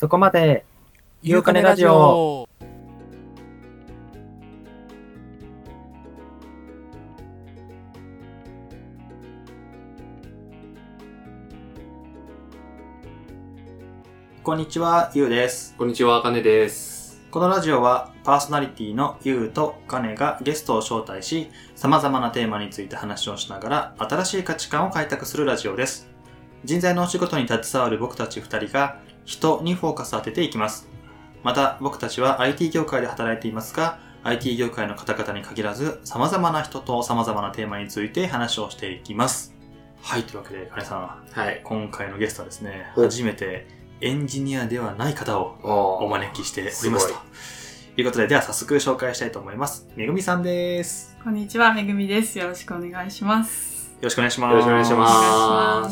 そこまでゆうかねラジオ。 こんにちは、ゆうです。 こんにちは、かねです。 このラジオはパーソナリティのゆうとかねがゲストを招待し、様々なテーマについて話をしながら新しい価値観を開拓するラジオです。人材のお仕事に携わる僕たち2人が人にフォーカスを当てていきます。また僕たちは IT 業界で働いていますが、IT 業界の方々に限らず様々な人と様々なテーマについて話をしていきます。はい、というわけでかねさん、 はい、 今回のゲストはですね、初めてエンジニアではない方をお招きしておりますということで、では早速紹介したいと思います。めぐみさんです。 こんにちは、めぐみです。よろしくお願いします。 よろしくお願いします。 よろしくお願いします。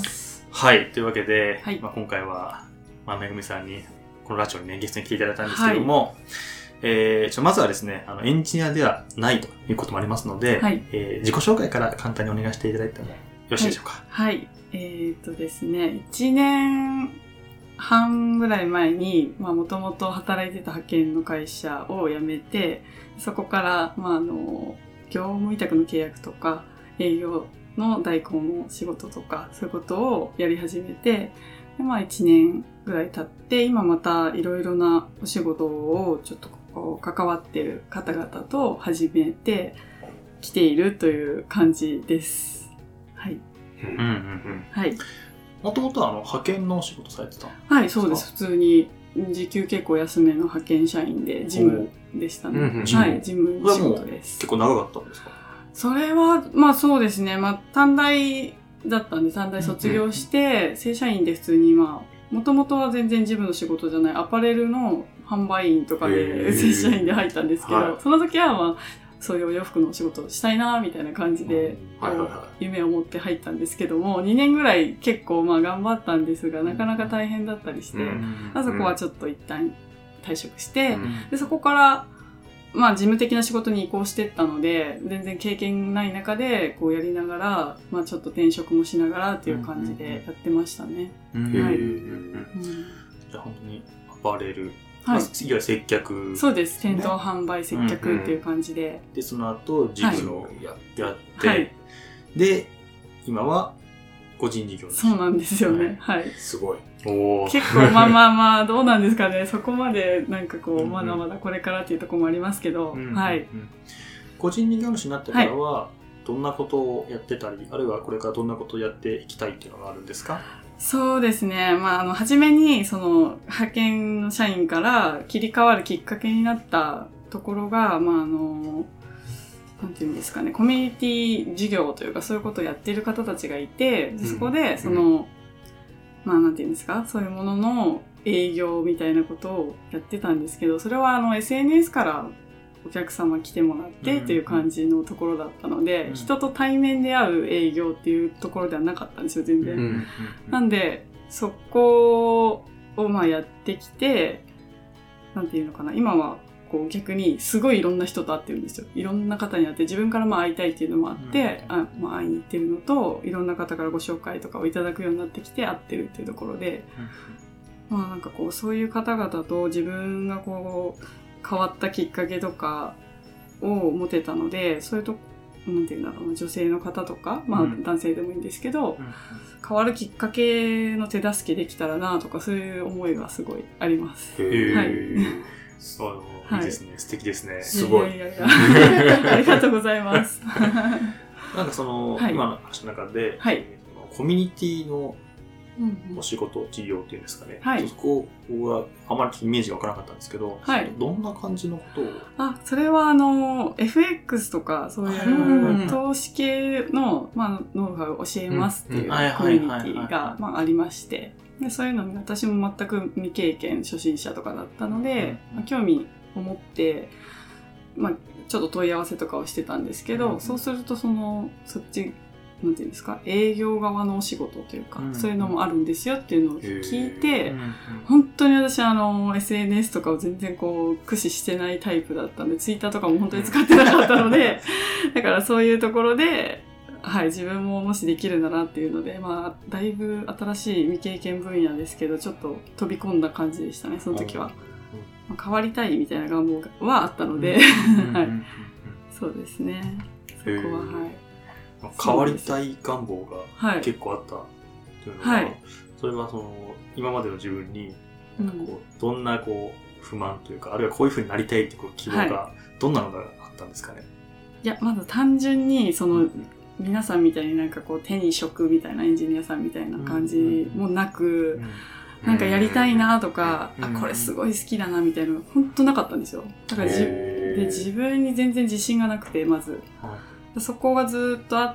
はい、というわけで、 はい、 今回は、めぐみさんにこのラジオにねゲストに来ていただいたんですけども、まずはですね、エンジニアではないということもありますので、 はい、 自己紹介から簡単にお願いしていただいてもよろしいでしょうか。 はい、ですね、1年半ぐらい前に、もともと働いてた派遣の会社を辞めて、そこから、業務委託の契約とか、営業の代行の仕事とか、そういうことをやり始めて、で1年ぐらい経って、今またいろいろなお仕事をちょっとこう関わってる方々と始めてきているという感じです。はい。はい。 もともと派遣のお仕事されてたんですか？はい、そうです。普通に時給結構安めの派遣社員で事務でしたね。はい、事務仕事です。 結構長かったんですか？ それは、そうですね。短大だったんで、短大卒業して、正社員で普通にもともとは全然事務の仕事じゃない、アパレルの販売員とかで正社員で入ったんですけど、その時はそういうお洋服のお仕事をしたいなみたいな感じで、夢を持って入ったんですけども、2年ぐらい結構頑張ったんですが、なかなか大変だったりして、そこはちょっと一旦退職して、でそこから事務的な仕事に移行していったので、全然経験ない中でこうやりながら、ちょっと転職もしながらっていう感じでやってましたね。はい。 じゃあ本当にアパレル、はい、いわゆる接客、 そうです。店頭販売接客っていう感じで。 で、その後、事務をやって、はい、で、今は個人事業です。 そうなんですよね。はい。 すごい。 結構どうなんですかね。そこまでまだまだこれからっていうところもありますけど、はい。 個人事業主になってからは、どんなことをやってたり、あるいはこれからどんなことをやっていきたいっていうのがあるんですか？ そうですね。初めに、派遣の社員から切り替わるきっかけになったところが、なんていうんですかね、コミュニティ事業というか、そういうことをやっている方たちがいて、そこで、なんていうんですか、そういうものの営業みたいなことをやってたんですけど、それはSNS からお客様来てもらってっていう感じのところだったので、人と対面で会う営業っていうところではなかったんですよ、全然。なんで、そこをやってきて、なんていうのかな、今はこう逆にすごいいろんな人と会ってるんですよ。いろんな方に会って、自分から会いたいっていうのもあって、会いに行ってるのと、いろんな方からご紹介とかをいただくようになってきて会ってるっていうところで、そういう方々と自分が変わったきっかけとかを持てたので、そういうとなんていうんだろうな、女性の方とか、男性でもいいんですけど、変わるきっかけの手助けできたらなとか、そういう思いがすごいあります。はい。 いいですね。素敵ですね。 すごい。 ありがとうございます。 今の話の中で、コミュニティのお仕事、事業っていうんですかね。そこはあまりイメージがわからなかったんですけど、どんな感じのことを？ それはFX とか、そういう投資系の、ノウハウを教えますっていうコミュニティがありまして、でそういうのに私も全く未経験初心者とかだったので、興味を持って、ちょっと問い合わせとかをしてたんですけど、そうするとそっちなんていうんですか、営業側のお仕事というか、そういうのもあるんですよっていうのを聞いて、本当に私SNS とかを全然駆使してないタイプだったんで、ツイッターとかも本当に使ってなかったので、だからそういうところではい、自分ももしできるならっていうので、まあ、だいぶ新しい未経験分野ですけど、ちょっと飛び込んだ感じでしたね、その時は。まあ、変わりたいみたいな願望はあったので、はい、そうですね。そこは、はい。 変わりたい願望が結構あったというのは、 はい、 それはその今までの自分にこうどんなこう不満というか、あるいはこういう風になりたいっていう希望がどんなのがあったんですかね。 いや、まず単純にその、皆さんみたいになんかこう手に職みたいなエンジニアさんみたいな感じもなく、なんかやりたいなとか、あ、これすごい好きだなみたいなのが本当なかったんですよ。だから自分に全然自信がなくて、まず。そこがずっとあって、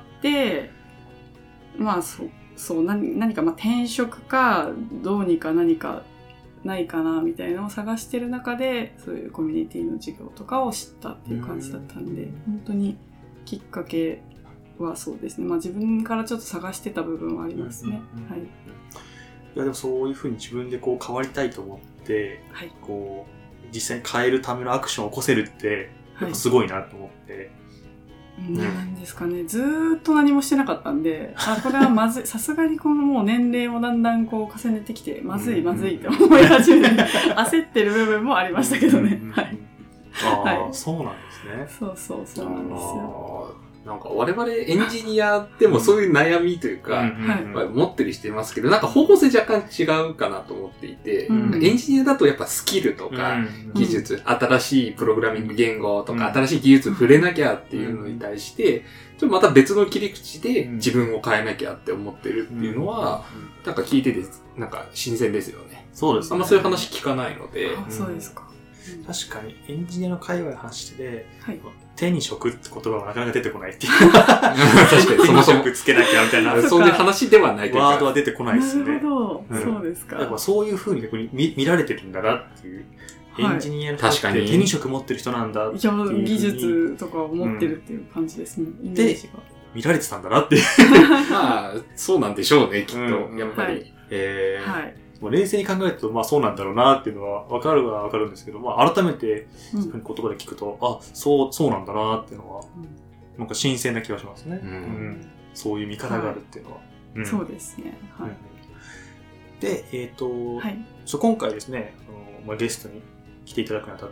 まあ何かまあ転職か、どうにか何かないかなみたいなのを探してる中で、そういうコミュニティの授業とかを知ったっていう感じだったんで、本当にきっかけはそうですね。まあ自分からちょっと探してた部分はありますね。はい。いやでもそういうふうに自分でこう変わりたいと思って、はい、こう実際に変えるためのアクションを起こせるってやっぱすごいなと思って。 なんですかね、ずーっと何もしてなかったんで、あ、これはまずい、さすがにこのもう年齢もだんだんこう重ねてきて、まずいって思い始めて、焦ってる部分もありましたけどね。はい。 ああ、そうなんですね。 そうなんですよ。 なんか我々エンジニアでもそういう悩みというか、まあ、持ってるしてますけど、なんか方向性若干違うかなと思っていて、エンジニアだとやっぱスキルとか技術、新しいプログラミング言語とか新しい技術触れなきゃっていうのに対して、ちょっとまた別の切り口で自分を変えなきゃって思ってるっていうのは、なんか聞いてて、なんか新鮮ですよね。 そうですね。 あんまそういう話聞かないので。 そうですか。 確かにエンジニアの界隈の話で、手に職って言葉はなかなか出てこないっていう。 確かに、 手に職つけなきゃみたいな。 そういう話ではないというか。 ワードは出てこないですね。 なるほど。そうですか。 やっぱそういう風に見られてるんだなっていう。エンジニアの人って手に職持ってる人なんだっていう。 技術とかを持ってるっていう感じですね。イメージが。 見られてたんだなっていう。 まあ、そうなんでしょうね、きっと。やっぱり。 はい。 冷静に考えると、まあそうなんだろうなっていうのは分かるは分かるんですけど、まあ改めてそういう言葉で聞くと、あ、そうなんだなっていうのは、なんか新鮮な気がしますね。そういう見方があるっていうのは。 そうですね。はい。 で、今回ですね、ゲストに来ていただくにあたって、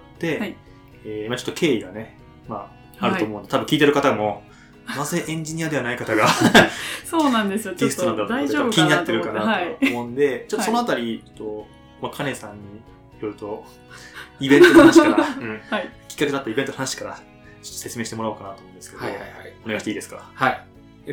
ちょっと経緯がね、まああると思うんで、多分聞いてる方も、なぜエンジニアではない方がそうなんですよ。ちょっと大丈夫かなと思って。 気になってるかなと思うんで、ちょっとそのあたりと、カネさんによると、イベントの話から、きっかけだったイベントの話から、ちょっと説明してもらおうかなと思うんですけど、お願いしていいですか？ はい。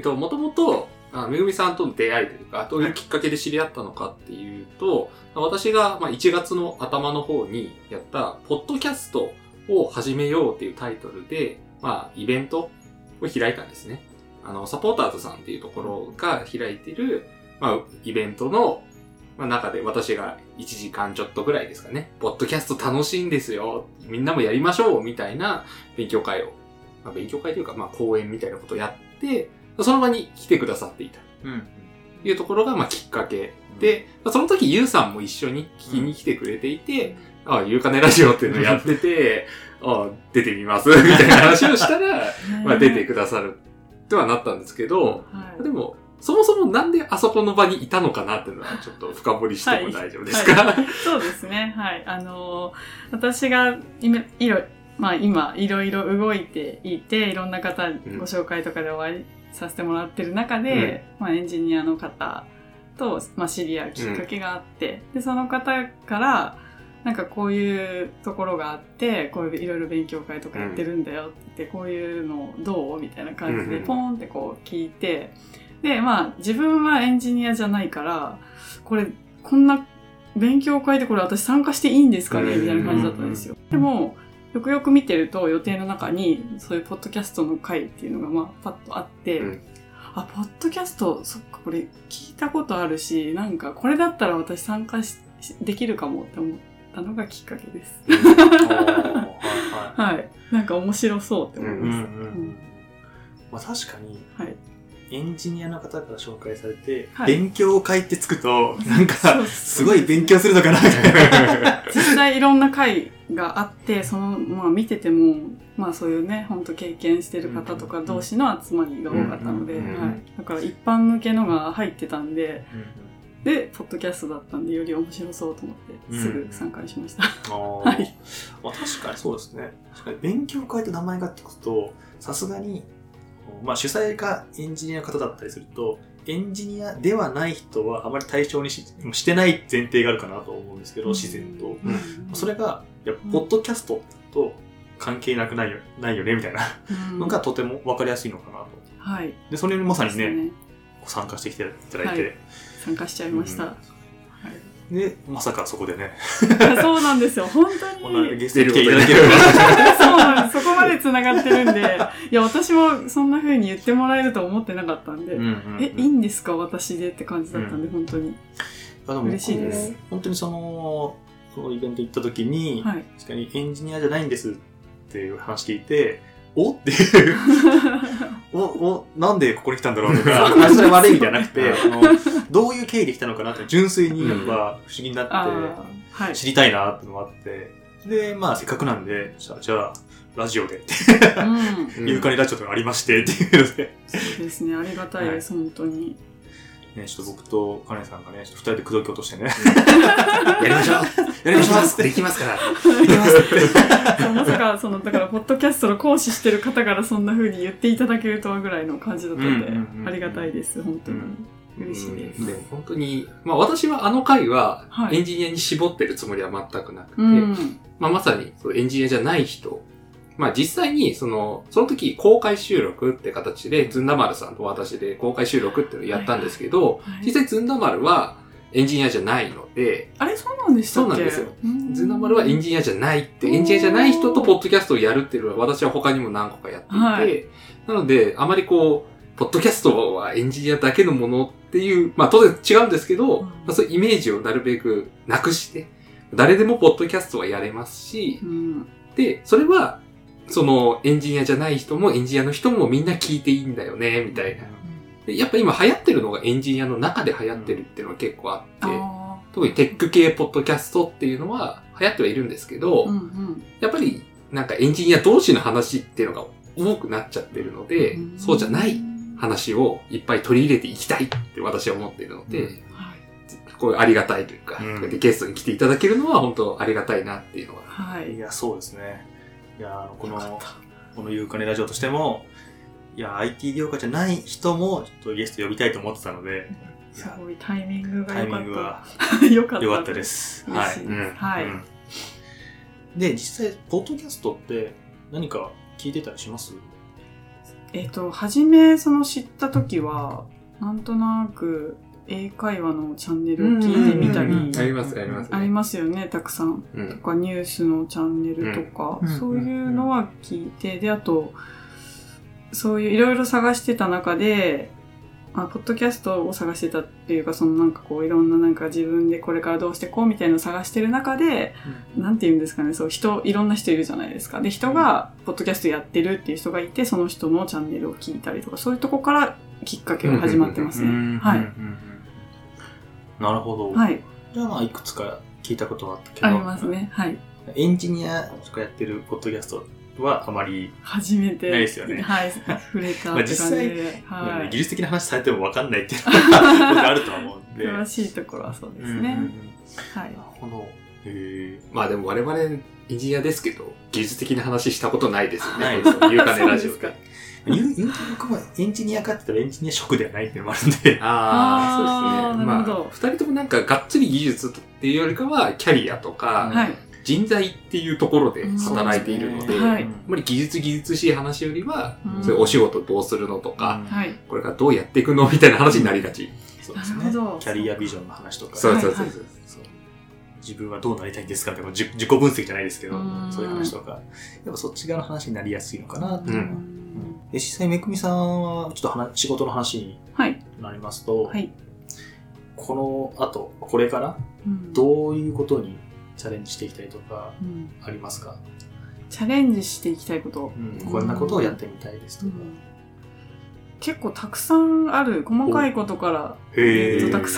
もともと、めぐみさんとの出会いというか、どういうきっかけで知り合ったのかっていうと、私が1月の頭の方にやった、ポッドキャストを始めようっていうタイトルで、イベントを開いたんですね。サポーターズさんっていうところが開いてる、イベントの、中で私が1時間ちょっとぐらいですかね、ポッドキャスト楽しいんですよ、みんなもやりましょうみたいな勉強会を、勉強会というか、講演みたいなことをやって、その場に来てくださっていた。というところが、きっかけで、その時、ゆうさんも一緒に聞きに来てくれていて、ゆうかねラジオっていうのをやってて、出てみますみたいな話をしたら、出てくださるとはなったんですけど、でも、そもそもなんであそこの場にいたのかなっていうのはちょっと深掘りしても大丈夫ですか？ そうですね。はい。私が今いろいろ動いていて、いろんな方ご紹介とかでお会いさせてもらってる中で、エンジニアの方と、知り合うきっかけがあって、で、その方から、なんかこういうところがあって、こういういろいろ勉強会とかやってるんだよって言って、こういうのどうみたいな感じでポーンってこう聞いて、で、自分はエンジニアじゃないから、こんな勉強会でこれ私参加していいんですかねみたいな感じだったんですよ。でも、よくよく見てると予定の中に、そういうポッドキャストの会っていうのがパッとあって、ポッドキャスト、そっか、これ聞いたことあるし、なんかこれだったら私参加できるかもって思ったのがきっかけです。はい。なんか面白そうって思います。確かに、 はい。 エンジニアの方から紹介されて、勉強会ってつくと、なんか、すごい勉強するのかなみたいな。 実際いろんな会があって、まあ見てても、まあそういうね、ほんと経験してる方とか同士の集まりが多かったので、はい。だから一般向けのが入ってたんで、で、ポッドキャストだったんで、より面白そうと思って、すぐ参加しました。はい。 まあ確かにそうですね。確かに勉強会と名前がってことと、さすがに、まあ主催がエンジニアの方だったりすると、エンジニアではない人はあまり対象にしてない前提があるかなと思うんですけど、自然と。それが、いや、ポッドキャストと関係なくないよね、みたいなのがとても分かりやすいのかなと。 はい。 で、それにまさにね、参加してきていただいて。 参加しちゃいました。 で、まさかそこでね。 そうなんですよ、本当に。 ゲストに来ていただけるそうなんです。そこまで繋がってるんで、いや、私もそんな風に言ってもらえると思ってなかったんで、いいんですか私でって感じだったんで、本当に。嬉しいです。 本当にそのイベント行った時に、確かにエンジニアじゃないんですっていう話聞いて、おっていうなんでここに来たんだろうとか、それ悪い意味ではなくて、どういう経緯で来たのかなって純粋にやっぱ不思議になって知りたいなってのがあって、で、まあせっかくなんで、じゃあラジオでってユーカリラジオとかありましてっていうので。 そうですね、ありがたいです、本当に。 ね、ちょっと僕とカネさんがね、二人で口説き落としてね。 やりましょうできますからできますってまさか、だから、ポッドキャストの講師してる方からそんな風に言っていただけるとはぐらいの感じだったので、ありがたいです、本当に。嬉しいです。 でも本当に、まあ私はあの回は、エンジニアに絞ってるつもりは全くなくて、まあまさにエンジニアじゃない人、まあ実際にその時公開収録って形でずんだ丸さんと私で公開収録っていうのをやったんですけど、実際ずんだ丸はエンジニアじゃないので、 あれそうなんでしたっけ？ そうなんですよ。ずんだ丸はエンジニアじゃないって、エンジニアじゃない人とポッドキャストをやるっていうのは私は他にも何個かやっていて、なのであまりポッドキャストはエンジニアだけのものっていう、まあ当然違うんですけど、そういうイメージをなるべくなくして、誰でもポッドキャストはやれますし、で、それはエンジニアじゃない人もエンジニアの人もみんな聞いていいんだよね、みたいな。でやっぱ今流行ってるのがエンジニアの中で流行ってるっていうのが結構あって、特にテック系ポッドキャストっていうのは流行ってはいるんですけど、やっぱりなんかエンジニア同士の話っていうのが多くなっちゃってるので、そうじゃない話をいっぱい取り入れていきたいって私は思っているので、こういうありがたいというか、こうやってゲストに来ていただけるのは本当ありがたいなっていうのは。 いや、そうですね。いや、このユーカネラジオとしても、いや、IT 業界じゃない人も、ちょっとゲスト呼びたいと思ってたので、 すごいタイミングが良かった。 タイミングは良かったです。 はい。 で、実際、ポッドキャストって何か聞いてたりします？ 初め知った時は、なんとなく、英会話のチャンネルを聞いてみたり、 あります、あります。 ありますよね、たくさん。とか、ニュースのチャンネルとか、そういうのは聞いて、で、あと、そういういろいろ探してた中で、ポッドキャストを探してたっていうか、なんかいろんななんか自分でこれからどうしてこうみたいなのを探してる中で、なんて言うんですかね、いろんな人いるじゃないですか。で、人が、ポッドキャストやってるっていう人がいて、その人のチャンネルを聞いたりとか、そういうとこからきっかけが始まってますね。はい。 なるほど。 はい。 じゃあいくつか聞いたことがあったけど。 ありますね。はい。 エンジニアとかやってるポッドキャストはあまり初めてないですよね。 はい。触れたって感じで。 実際、はい、技術的な話されても分かんないっていうのがあるとは思うんで。 詳しいところはそうですね。はい。なるほど。 まあでも我々エンジニアですけど、技術的な話したことないですよね。ないですよ。ユーカネラジオで。 言うと僕はエンジニアかって言ったらエンジニア職ではないっていうのもあるんで。 そうですね。まあ、二人ともなんかがっつり技術っていうよりかは、キャリアとか、人材っていうところで働いているので、あまり技術しい話よりは、そういうお仕事どうするのとか、これからどうやっていくのみたいな話になりがち。 そうですね。キャリアビジョンの話とか。 そう。 自分はどうなりたいんですかって、自己分析じゃないですけど、そういう話とか、やっぱそっち側の話になりやすいのかなっていうのは。実際、めくみさんは、ちょっと仕事の話になりますと、この後、これから、どういうことにチャレンジしていきたいとか、ありますか？ チャレンジしていきたいこと。 こんなことをやってみたいですとか。 結構たくさんある、細かいことから、たくさん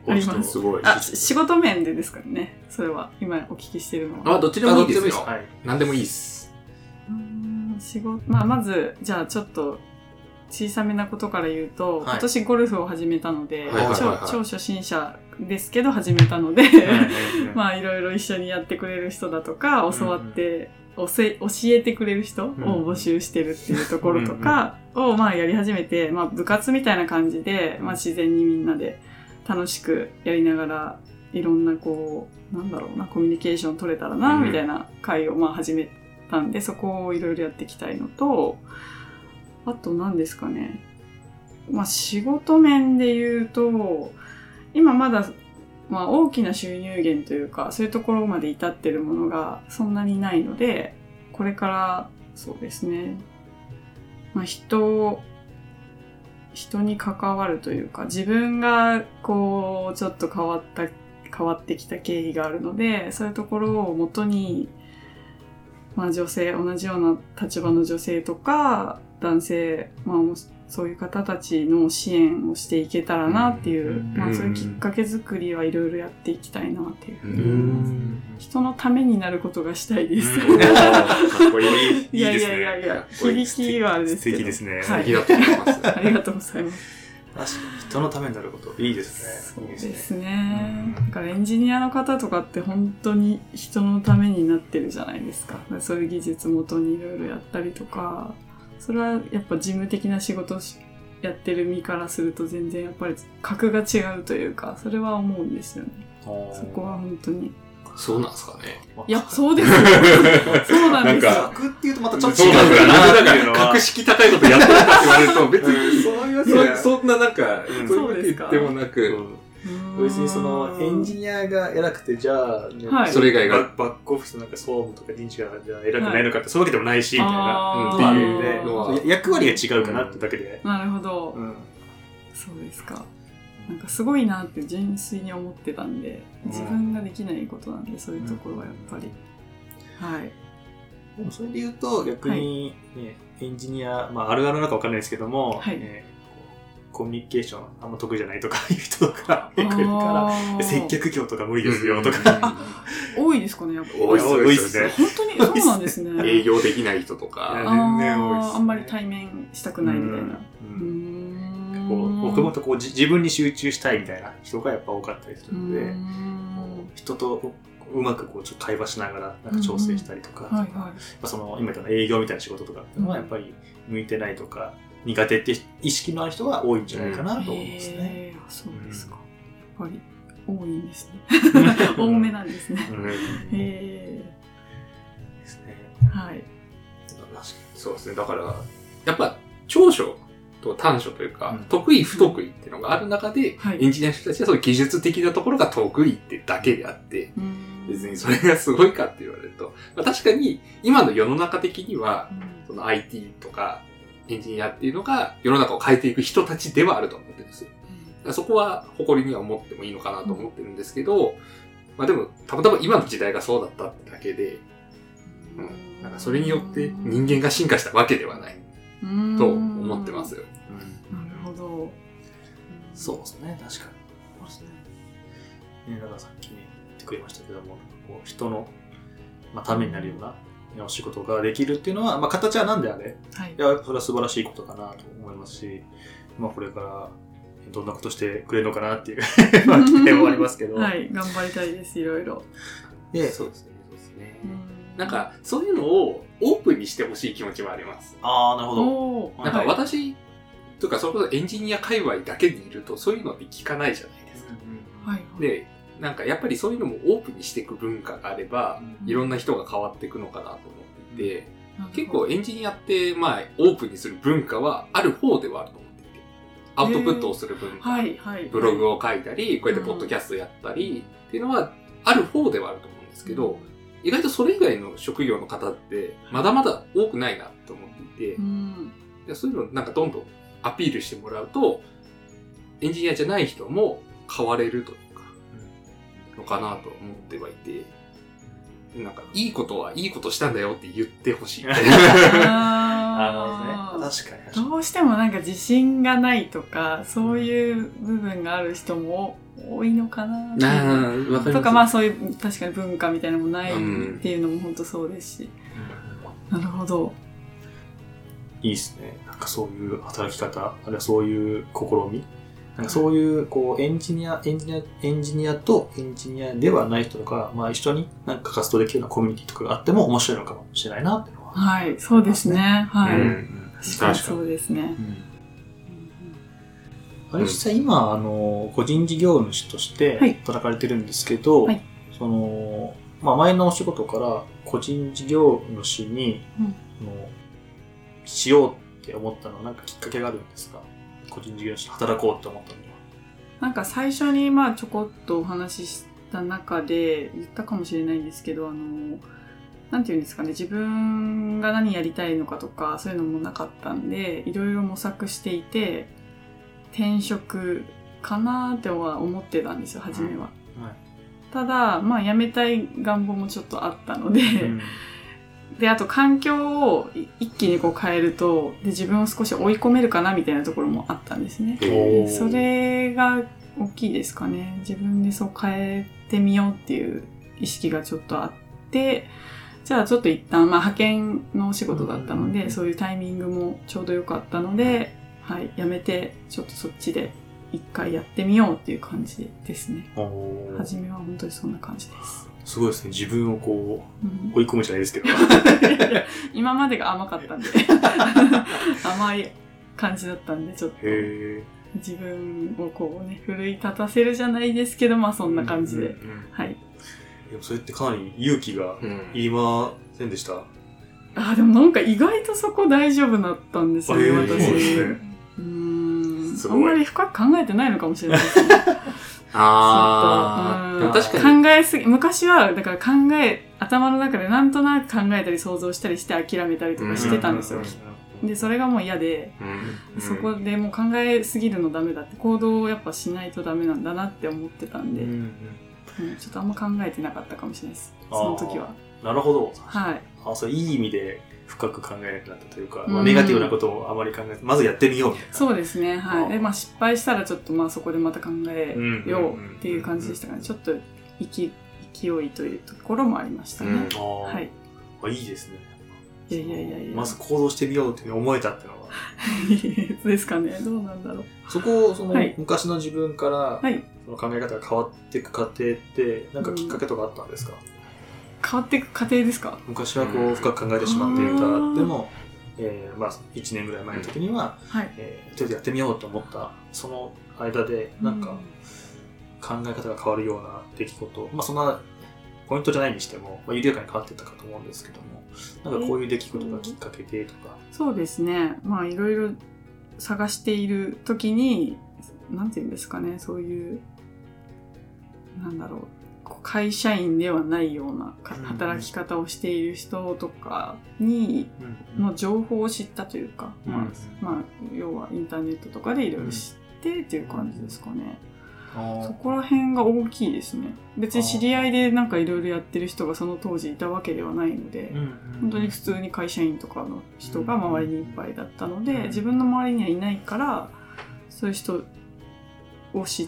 ありますすごい。 仕事面でですからね。それは今お聞きしてるのは。 どっちでもいいですよ。 はい。 何でもいいです。 仕事、まず、じゃあちょっと小さめなことから言うと、 はい今年ゴルフを始めたので、 はいはいはいはい超初心者ですけど始めたので、まあいろいろ一緒にやってくれる人だとか、教わって、教えてくれる人を募集してるっていうところとかをまあやり始めて、まあ部活みたいな感じで、まあ自然にみんなで楽しくやりながら、いろんなこう、なんだろうな、コミュニケーション取れたらな、みたいな会をまあ始めたんで、そこをいろいろやっていきたいのと、あと何ですかね。まあ仕事面で言うと、今まだまあ大きな収入源というか、そういうところまで至ってるものがそんなにないので、これからそうですね、まあ人に関わるというか、自分がこうちょっと変わってきた経緯があるので、そういうところを元に、まあ同じような立場の女性とか男性、まあそういう方たちの支援をしていけたらなっていう、まあそういうきっかけ作りはいろいろやっていきたいなっていうふうに思います。人のためになることがしたいです。 かっこいい。 いや、響きはあれですけど。 素敵ですね。 素敵だと思います。 ありがとうございます。 確かに人のためになることいいですね。 そうですね。だからエンジニアの方とかって本当に人のためになってるじゃないですか。そういう技術元にいろいろやったりとか、それはやっぱ事務的な仕事をやってる身からすると全然やっぱり格が違うというか、それは思うんですよね。そこは本当に。 そうなんですかね。 いや、そうですよ。そうなんですよ。 格っていうとまたちょっと違そうなんですうかなってだいうのは。 格式高いことやってるかって言われると、別に、 そういうそんななんか、 そうですか。 でもなく、 別にそのエンジニアが偉くて、じゃあ、ねはいそれ以外が、 バックオフィスなんか総務とか人事がじゃあ偉くないのかって、そういうわけでもないし、みたいな。 あってーいうのはね、役割が違うかなってだけで。 なるほど。 うんそうですか。なんかすごいなって純粋に思ってたんで、自分ができないことなんで、そういうところはやっぱり。はい。 でもそれで言うと、逆に、ね、エンジニア、まああるあるなのかわかんないですけども、 はいコミュニケーションあんま得意じゃないとかいう人とか結構いるから、接客業とか無理ですよとか。 多いですかね、やっぱ。 多いですよね。 本当にそうなんですね。 営業できない人とか、 全然多いですねあんまり対面したくないみたいな。 僕もっとこう自分に集中したいみたいな人がやっぱ多かったりするので、人とうまくこうちょっと会話しながらなんか調整したりとか、その今言った営業みたいな仕事とかっていうのはやっぱり向いてないとか苦手って意識のある人が多いんじゃないかなと思いますね。 そうですか。やっぱり多いんですね。多めなんですね。 ですね。 はい。 そうですね。だから、やっぱ長所と短所というか、得意不得意っていうのがある中で、エンジニアの人たちはそういう技術的なところが得意ってだけであって、別にそれがすごいかって言われると、まあ、確かに今の世の中的には、その IT とかエンジニアっていうのが世の中を変えていく人たちではあると思ってるんですよ。そこは誇りには思ってもいいのかなと思ってるんですけど、まあでもたまたま今の時代がそうだったってだけで、なんかそれによって人間が進化したわけではないと思ってますよ。 なるほど。 そうですね、確かに。そうですね。だからさっきね、言ってくれましたけども、こう人の、まあ、ためになるようなお仕事ができるっていうのは、まあ、形は何であれ、いや、それは素晴らしいことかなと思いますし、まあ、これからどんなことしてくれるのかなっていう期待もありますけど。 はい、頑張りたいです、いろいろ。 そうですね、そうですね。なんか、そういうのをオープンにしてほしい気持ちはあります。 ああ、なるほど。なんか私、とかそれこそエンジニア界隈だけでいるとそういうのって聞かないじゃないですか。で、なんかやっぱりそういうのもオープンにしていく文化があれば、いろんな人が変わっていくのかなと思っていて、結構エンジニアって、まあ、オープンにする文化はある方ではあると思っていて、アウトプットをする文化、ブログを書いたり、こうやってポッドキャストやったり、っていうのはある方ではあると思うんですけど、意外とそれ以外の職業の方ってまだまだ多くないなと思っていて、そういうのなんかどんどんアピールしてもらうと、エンジニアじゃない人も変われるというか、のかなと思ってはいて、なんかいいことはいいことしたんだよって言ってほしい。 確かに。 どうしてもなんか自信がないとか、そういう部分がある人も多いのかなっていう。 わかります。 とか、まあそういう確かに文化みたいなのもないっていうのも本当そうですし。なるほど。 いいですね。なんかそういう働き方、あるいはそういう試み、なんかそういうこうエンジニアとエンジニアではない人とか、まあ一緒になんか活動できるようなコミュニティとかがあっても面白いのかもしれないなっていうのは。 はい、そうですね。はい。確かに確かにそうですね。 あれ実際今、個人事業主として働かれてるんですけど、 はい、 その、まあ前のお仕事から個人事業主に、しようって思ったのはなんかきっかけがあるんですか？個人事業主で働こうって思ったのは。 なんか最初にまあちょこっとお話しした中で言ったかもしれないんですけど、なんていうんですかね、自分が何やりたいのかとかそういうのもなかったんで、いろいろ模索していて、転職かなっては思ってたんですよ、初めは。ただ、まあ辞めたい願望もちょっとあったので、で、あと環境を一気にこう変えると、で、自分を少し追い込めるかなみたいなところもあったんですね。それが大きいですかね。自分でそう変えてみようっていう意識がちょっとあって、じゃあちょっと一旦、まあ派遣のお仕事だったので、そういうタイミングもちょうど良かったので、はい、やめて、ちょっとそっちで一回やってみようっていう感じですね。初めは本当にそんな感じです。 すごいですね。自分をこう、追い込むじゃないですけど。 今までが甘かったんで。甘い感じだったんで、ちょっと。自分をこうね、奮い立たせるじゃないですけど、まあそんな感じで。はい。 でもそれってかなり勇気がいりませんでした？ でもなんか意外とそこ大丈夫だったんですよね、私。 そうですね。 あんまり深く考えてないのかもしれないですね。 でも確かに。 考えすぎ、昔は、だから頭の中でなんとなく考えたり想像したりして諦めたりとかしてたんですよ。で、それがもう嫌で、そこでもう考えすぎるのダメだって、行動をやっぱしないとダメなんだなって思ってたんで、ちょっとあんま考えてなかったかもしれないです。その時は。 なるほど。 はい。 そういい意味で深く考えなくなったというか、ネガティブなことをあまり考えず、まずやってみようみたいな。 そうですね。はい。で、まあ失敗したらちょっとまあそこでまた考えようっていう感じでしたかね。ちょっと勢いというところもありましたね。はい。 いいですね。 いや。 まず行動してみようって思えたっていうのは。 ですかね。どうなんだろう。 そこを、昔の自分から、その考え方が変わっていく過程って、なんかきっかけとかあったんですか？ 変わっていく過程ですか？ 昔はこう深く考えてしまっていた。でも、まあ1年ぐらい前の時には、とりあえずやってみようと思った、その間で、なんか考え方が変わるような出来事、まあそんなポイントじゃないにしても、緩やかに変わっていったかと思うんですけども、なんかこういう出来事がきっかけでとか。 そうですね。まあいろいろ探している時に、なんていうんですかね、そういう、なんだろう、会社員ではないような働き方をしている人とかにの情報を知ったというか、まあ要はインターネットとかでいろいろ知ってっていう感じですかね。そこら辺が大きいですね。別に知り合いでなんかいろいろやってる人がその当時いたわけではないので、本当に普通に会社員とかの人が周りにいっぱいだったので、自分の周りにはいないから、そういう人を知って、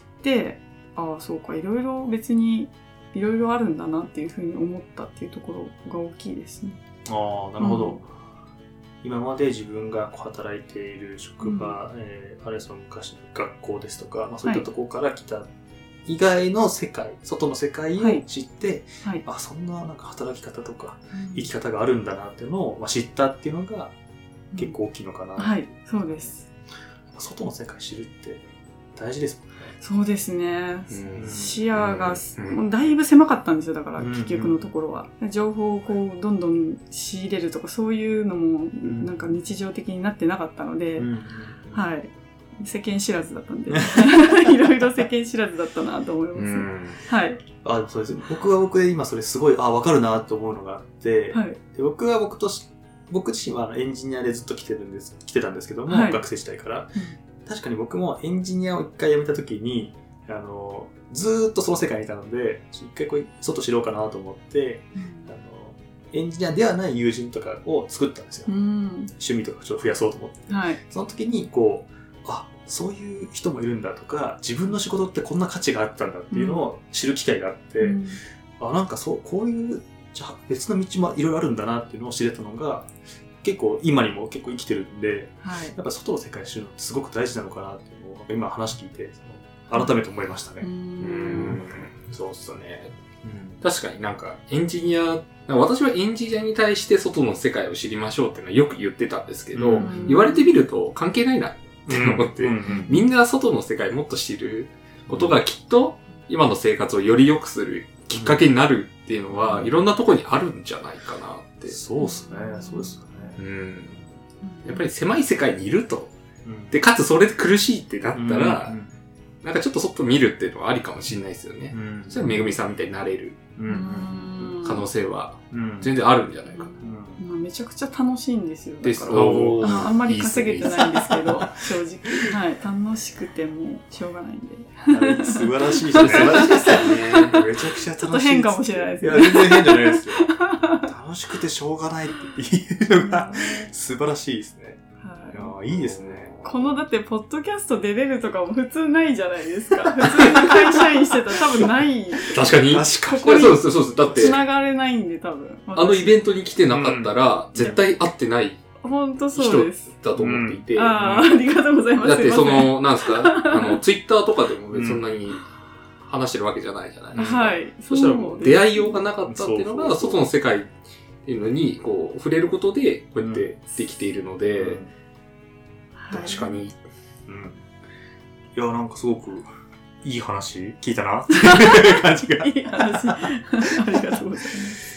そうか、いろいろ別にいろいろあるんだなっていうふうに思ったっていうところが大きいですね。 なるほど。今まで自分が働いている職場、あるいはその昔の学校ですとか、そういったところから来た以外の世界、外の世界を知って、そんななんか働き方とか生き方があるんだなっていうのを知ったっていうのが結構大きいのかな。 はい、そうです。 外の世界知るって大事ですもんね。 そうですね。視野がだいぶ狭かったんですよ。だから結局のところは情報をこうどんどん仕入れるとかそういうのもなんか日常的になってなかったので、はい、世間知らずだったんでいろいろ世間知らずだったなと思います。はい。 そうです。僕は僕で今それすごいわかるなと思うのがあって、で僕自身はエンジニアでずっと来てたんですけども、学生時代から。確かに僕もエンジニアを一回辞めた時に、ずーっとその世界にいたので、一回外知ろうかなと思って、エンジニアではない友人とかを作ったんですよ。趣味とかちょっと増やそうと思って。その時にそういう人もいるんだとか、自分の仕事ってこんな価値があったんだっていうのを知る機会があって、なんかこういうじゃあ別の道もいろいろあるんだなっていうのを知れたのが結構今にも結構生きてるんで、やっぱ外の世界を知るのってすごく大事なのかなっていうのを今話聞いて改めて思いましたね。 そうっすね。確かになんかエンジニア、私はエンジニアに対して外の世界を知りましょうっていうのはよく言ってたんですけど、言われてみると関係ないなって思って、みんな外の世界もっと知ることがきっと今の生活をより良くするきっかけになるっていうのは、いろんなところにあるんじゃないかなって。 そうっすね。そうですよね。 やっぱり狭い世界にいると。で、かつそれで苦しいってなったら、なんかちょっと外見るっていうのはありかもしれないですよね。そしたらめぐみさんみたいになれる可能性は全然あるんじゃないかな。 めちゃくちゃ楽しいんですよ。 です。 あんまり稼げてないんですけど、正直。はい。楽しくてもしょうがないんで。 素晴らしいですね。素晴らしいですよね。めちゃくちゃ楽しい。 ちょっと変かもしれないですね。いや、全然変じゃないですよ。楽しくてしょうがないっていうのが素晴らしいですね。いや、いいですね。 このだってポッドキャスト出れるとかも普通ないじゃないですか。普通に会社員してたら多分ない。 確かに。 ここにそうです。だって。 繋がれないんで多分。 あのイベントに来てなかったら、絶対会ってない。 本当そうです。 人だと思っていて。 ありがとうございます。 だってなんすかツイッターとかでも別にそんなに話してるわけじゃないじゃないですか。はい。そしたらもう出会いようがなかったっていうのが、外の世界っていうのに、こう、触れることで、こうやってできているので、確かに。 いや、なんかすごくいい話聞いたなっていう感じが。 いい話。ありがとうございます。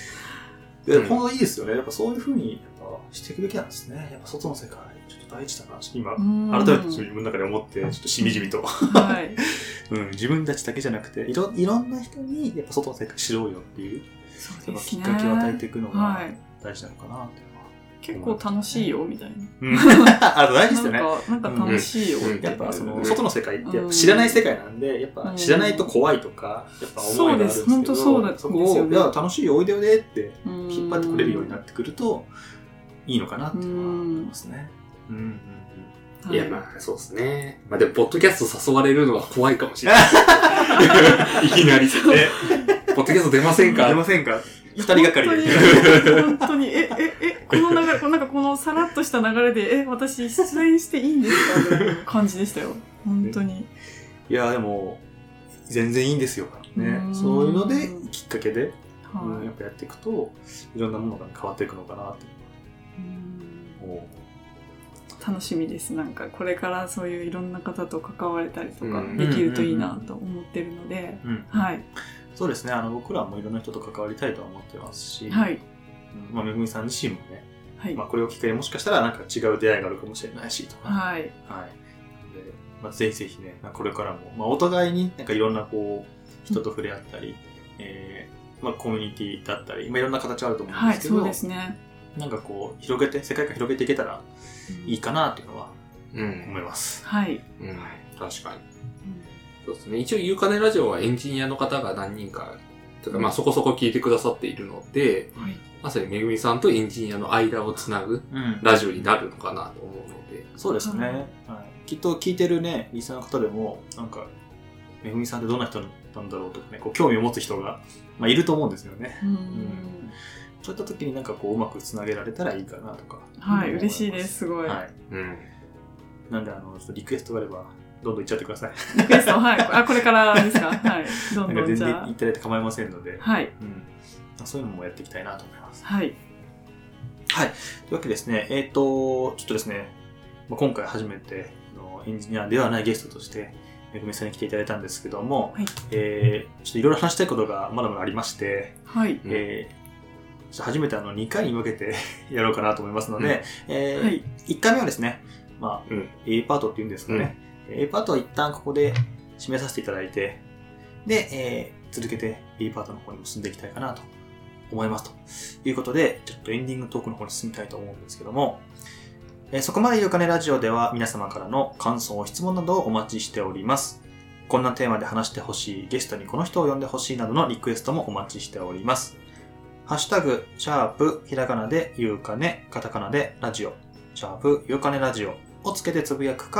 本当いいですよね。やっぱそういう風にしていくべきなんですね。やっぱ外の世界、ちょっと大事だな。今、改めて自分の中で思って、ちょっとしみじみと。はい。自分たちだけじゃなくて、いろんな人に、やっぱ外の世界知ろうよっていう、そうですね、きっかけを与えていくのが大事なのかなって。 結構楽しいよ、みたいな。あと大事ですよね。 なんか楽しいよ。 やっぱ外の世界ってやっぱ知らない世界なんで、やっぱ知らないと怖いとか、やっぱ思いがあるんですけど、 本当そうだ。 そこを、いや、楽しいよ、おいでよねって引っ張ってくれるようになってくると、いいのかなって思いますね。 いや、まあ、そうですね。まあでも、ポッドキャスト誘われるのは怖いかもしれない。いきなり。ポッドキャスト出ませんか？ 出ませんか？二人がかりで。 本当に、この流れ、なんかこのさらっとした流れで、私出演していいんですかっていう感じでしたよ。本当に。 いや、でも、全然いいんですよ。ね。そういうので、きっかけで、やっぱやっていくと、いろんなものが変わっていくのかなって。 楽しみです。なんか、これからそういういろんな方と関われたりとか、できるといいなと思ってるので、はい。 そうですね。僕らもいろんな人と関わりたいとは思ってますし、 はい。 まあ、めぐみさん自身もね、はい。まあ、これをきっかけにもしかしたらなんか違う出会いがあるかもしれないし、とか。はい。はい。で、まあ、ぜひぜひね、これからも、まあ、お互いになんかいろんなこう、人と触れ合ったり、まあ、コミュニティだったり、まあ、いろんな形あると思うんですけど、 はい、そうですね。 なんかこう、世界観広げていけたらいいかなっていうのは、思います。 はい。 確かに。そうですね。一応、ゆうかねラジオはエンジニアの方が何人か、とかまあそこそこ聞いてくださっているので、まさにめぐみさんとエンジニアの間をつなぐラジオになるのかなと思うので。 そうですね。きっと聞いてるね、リスナーの方でも、なんか、めぐみさんってどんな人なんだろうとかね、こう興味を持つ人が、まあ、いると思うんですよね。そういった時になんかこううまくつなげられたらいいかなとか。 はい、嬉しいです、すごい。はい。 なんでちょっとリクエストがあれば、どんどん言っちゃってください。 リクエスト、はい。これからですか？はい。どんどん全然言っていただいて構いませんので。 はい。 そういうのもやっていきたいなと思います。 はい。 はい。というわけですね、ちょっとですね、今回初めてエンジニアではないゲストとして、めぐみさんに来ていただいたんですけども、ちょっといろいろ話したいことがまだまだありまして、はい。初めて2回に分けてやろうかなと思いますので、1回目はですね、まあ、A パートっていうんですかね、A パートは一旦ここで締めさせていただいて、で、続けて B パートの方にも進んでいきたいかなと思いますということで、ちょっとエンディングトークの方に進みたいと思うんですけども、そこまでゆうかねラジオでは皆様からの感想、質問などをお待ちしております。こんなテーマで話してほしい、ゲストにこの人を呼んでほしいなどのリクエストもお待ちしております。ハッシュタグ、ひらがなでゆうかね、カタカナでラジオ、ゆうかねラジオをつけてつぶやくか、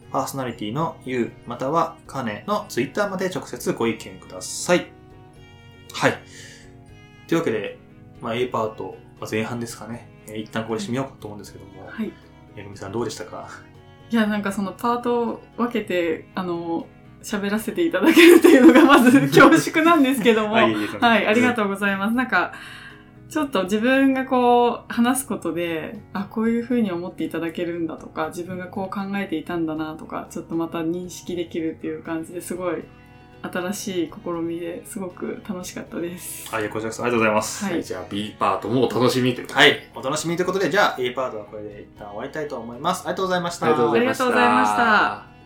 パーソナリティのゆうまたはかねのツイッターまで直接ご意見ください。はい。というわけで、A パート、前半ですかね。一旦ここで締めようかと思うんですけども。 はい。 めぐみさんどうでしたか？ いや、なんかそのパートを分けて、喋らせていただけるっていうのがまず恐縮なんですけども。はい、ありがとうございます。なんか、ちょっと自分がこう話すことで、こういう風に思っていただけるんだとか、自分がこう考えていたんだなとか、ちょっとまた認識できるっていう感じですごい新しい試みですごく楽しかったです。 はい、こちらこそありがとうございます。 はい、 じゃあ B パートもお楽しみということで。 はい、お楽しみということで、じゃあ A パートはこれで一旦終わりたいと思います。ありがとうございました。 ありがとうございました。